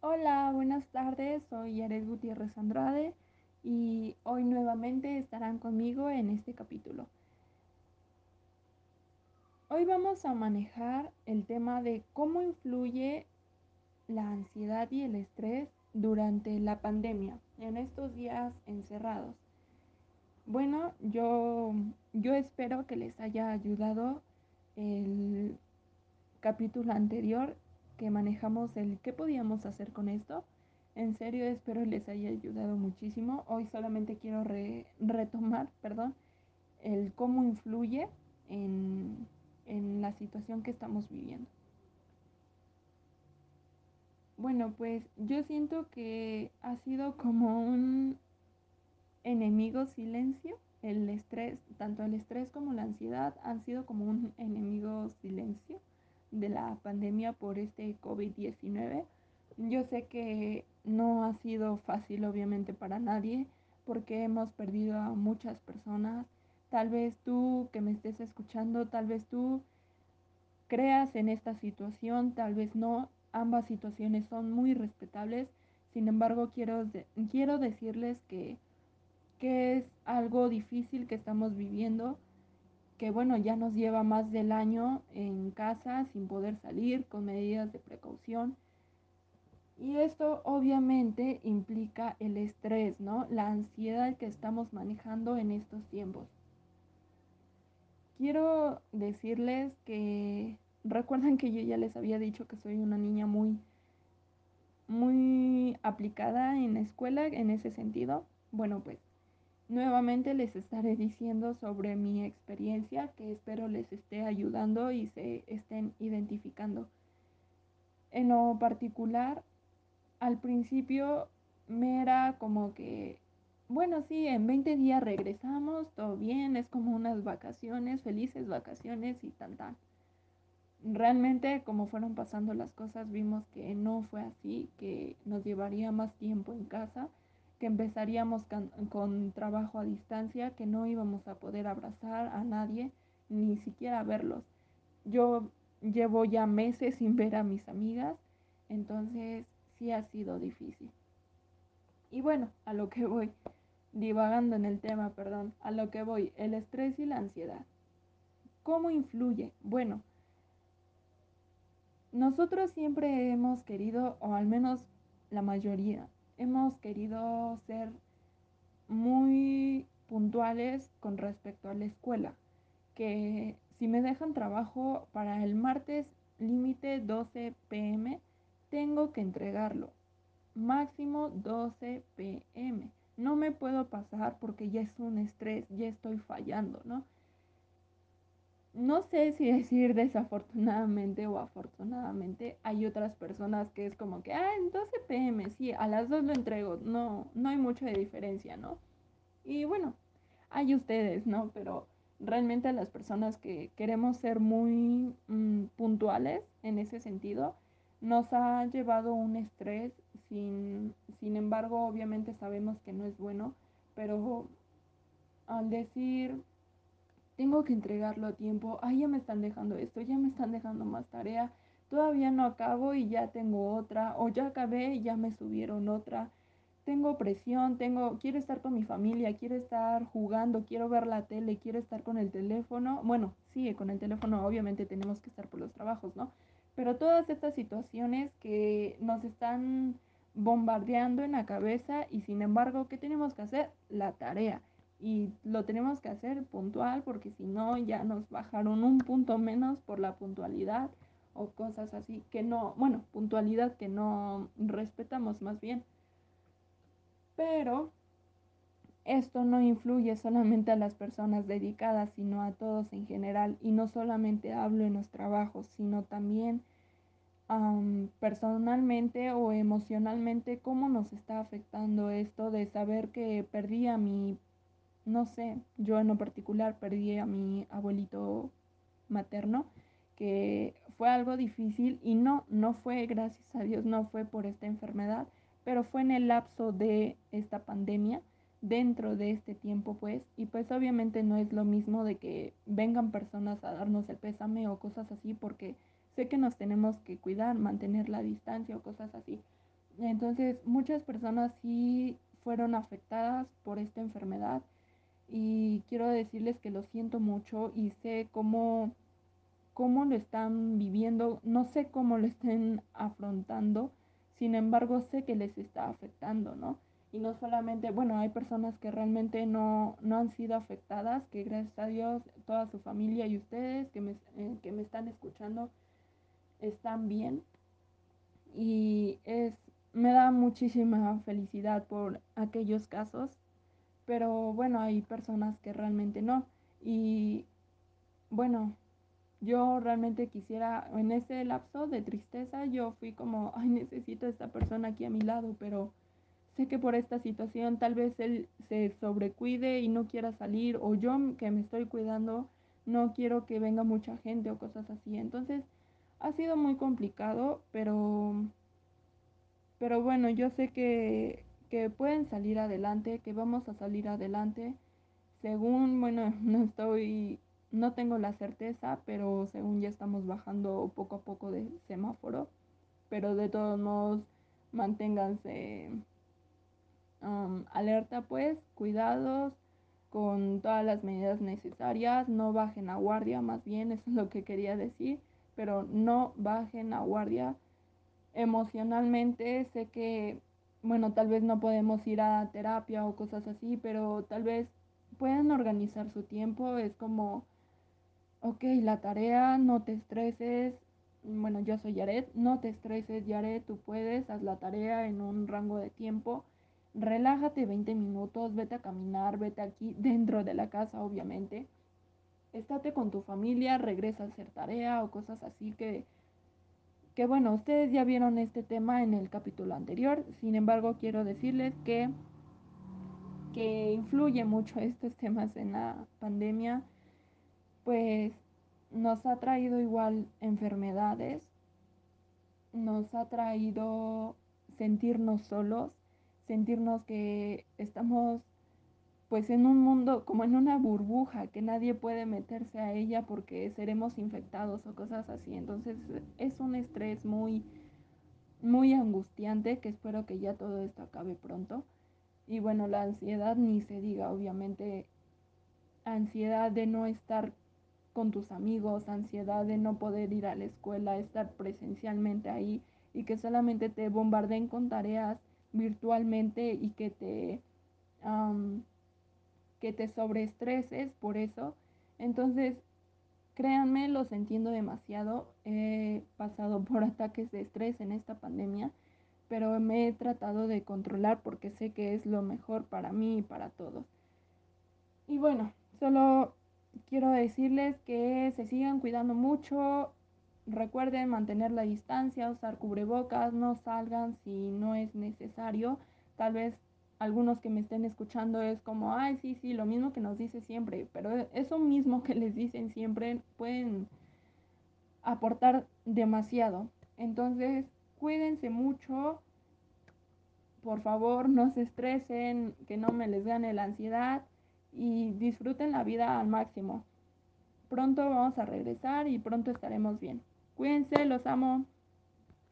Hola, buenas tardes. Soy Yaret Gutiérrez Andrade y hoy nuevamente estarán conmigo en este capítulo. Hoy vamos a manejar el tema de cómo influye la ansiedad y el estrés durante la pandemia, en estos días encerrados. Bueno, yo espero que les haya ayudado el capítulo anterior que manejamos el qué podíamos hacer con esto. En serio, espero les haya ayudado muchísimo. Hoy solamente quiero retomar, perdón, el cómo influye en, en la situación que estamos viviendo. Bueno, pues yo siento que ha sido como un enemigo silencio. El estrés, tanto el estrés como la ansiedad han sido como un enemigo silencio de la pandemia por este COVID-19. Yo sé que no ha sido fácil obviamente para nadie porque hemos perdido a muchas personas. Tal vez tú que me estés escuchando, tal vez tú creas en esta situación, tal vez no. Ambas situaciones son muy respetables. Sin embargo, quiero decirles que es algo difícil que estamos viviendo, que bueno, ya nos lleva más del año en casa sin poder salir con medidas de precaución. Y esto obviamente implica el estrés, ¿no? La ansiedad que estamos manejando en estos tiempos. Quiero decirles que recuerdan que yo ya les había dicho que soy una niña muy aplicada en la escuela en ese sentido. Bueno, pues nuevamente les estaré diciendo sobre mi experiencia que espero les esté ayudando y se estén identificando. En lo particular, al principio me era como que, bueno, sí, en 20 días regresamos, todo bien, es como unas vacaciones, felices vacaciones y tan tan. Realmente, como fueron pasando las cosas, vimos que no fue así, que nos llevaría más tiempo en casa, que empezaríamos con trabajo a distancia, que no íbamos a poder abrazar a nadie, ni siquiera verlos. Yo llevo ya meses sin ver a mis amigas, entonces sí ha sido difícil. Y bueno, a lo que voy, divagando en el tema, perdón, a lo que voy, el estrés y la ansiedad. ¿Cómo influye? Bueno, nosotros siempre hemos querido, o al menos la mayoría, hemos querido ser muy puntuales con respecto a la escuela, que si me dejan trabajo para el martes límite 12 p.m., tengo que entregarlo, máximo 12 p.m. No me puedo pasar porque ya es un estrés, ya estoy fallando, ¿no? No sé si decir desafortunadamente o afortunadamente, hay otras personas que es como que, en 12 p.m., sí, a las 2 lo entrego, no, no hay mucha diferencia, ¿no? Y bueno, hay ustedes, ¿no? Pero realmente las personas que queremos ser muy puntuales en ese sentido, nos ha llevado un estrés, sin embargo, obviamente sabemos que no es bueno, pero al decir tengo que entregarlo a tiempo, ya me están dejando esto, ya me están dejando más tarea, todavía no acabo y ya tengo otra, o ya acabé y ya me subieron otra, tengo presión, quiero estar con mi familia, quiero estar jugando, quiero ver la tele, quiero estar con el teléfono, bueno, sí, con el teléfono obviamente tenemos que estar por los trabajos, ¿no? Pero todas estas situaciones que nos están bombardeando en la cabeza y sin embargo, ¿qué tenemos que hacer? La tarea y lo tenemos que hacer puntual porque si no ya nos bajaron un punto menos por la puntualidad o cosas así que no, bueno, puntualidad que no respetamos más bien. Pero esto no influye solamente a las personas dedicadas, sino a todos en general. Y no solamente hablo en los trabajos, sino también personalmente o emocionalmente, cómo nos está afectando esto de saber que perdí a mi, no sé, yo en lo particular perdí a mi abuelito materno, que fue algo difícil y no, no fue, gracias a Dios, no fue por esta enfermedad, pero fue en el lapso de esta pandemia, dentro de este tiempo, pues, y pues obviamente no es lo mismo de que vengan personas a darnos el pésame o cosas así, porque sé que nos tenemos que cuidar, mantener la distancia o cosas así. Entonces, muchas personas sí fueron afectadas por esta enfermedad y quiero decirles que lo siento mucho y sé cómo lo están viviendo, no sé cómo lo estén afrontando, sin embargo sé que les está afectando, ¿no? Y no solamente, bueno, hay personas que realmente no han sido afectadas, que gracias a Dios toda su familia y ustedes que me están escuchando están bien y me da muchísima felicidad por aquellos casos, pero bueno, hay personas que realmente no. Y bueno, yo realmente quisiera, en ese lapso de tristeza, yo fui como, ay, necesito a esta persona aquí a mi lado, pero sé que por esta situación tal vez él se sobrecuide y no quiera salir, o yo que me estoy cuidando, no quiero que venga mucha gente o cosas así. Entonces, ha sido muy complicado, pero bueno, yo sé que pueden salir adelante, que vamos a salir adelante. Según, bueno, no tengo la certeza, pero según ya estamos bajando poco a poco de semáforo, pero de todos modos manténganse alerta, pues, cuidados con todas las medidas necesarias, no bajen a guardia, más bien, eso es lo que quería decir, pero no bajen a guardia emocionalmente. Sé que, bueno, tal vez no podemos ir a terapia o cosas así, pero tal vez pueden organizar su tiempo. Es como, ok, la tarea, no te estreses. Bueno, yo soy Yaret, no te estreses, Yaret, tú puedes, haz la tarea en un rango de tiempo. Relájate 20 minutos, vete a caminar, vete aquí dentro de la casa, obviamente. Estate con tu familia, regresa a hacer tarea o cosas así que bueno, ustedes ya vieron este tema en el capítulo anterior, sin embargo quiero decirles que influye mucho estos temas en la pandemia, pues nos ha traído igual enfermedades, nos ha traído sentirnos solos, sentirnos que estamos pues en un mundo como en una burbuja, que nadie puede meterse a ella porque seremos infectados o cosas así. Entonces es un estrés muy angustiante, que espero que ya todo esto acabe pronto. Y bueno, la ansiedad ni se diga, obviamente, ansiedad de no estar con tus amigos, ansiedad de no poder ir a la escuela, estar presencialmente ahí y que solamente te bombardeen con tareas virtualmente y um, que te sobreestreses por eso. Entonces, créanme, los entiendo demasiado. He pasado por ataques de estrés en esta pandemia, pero me he tratado de controlar porque sé que es lo mejor para mí y para todos. Y bueno, solo quiero decirles que se sigan cuidando mucho. Recuerden mantener la distancia, usar cubrebocas, no salgan si no es necesario. Tal vez algunos que me estén escuchando es como, ay, sí, sí, lo mismo que nos dice siempre, pero eso mismo que les dicen siempre pueden aportar demasiado. Entonces, cuídense mucho, por favor, no se estresen, que no me les gane la ansiedad y disfruten la vida al máximo. Pronto vamos a regresar y pronto estaremos bien. Cuídense, los amo.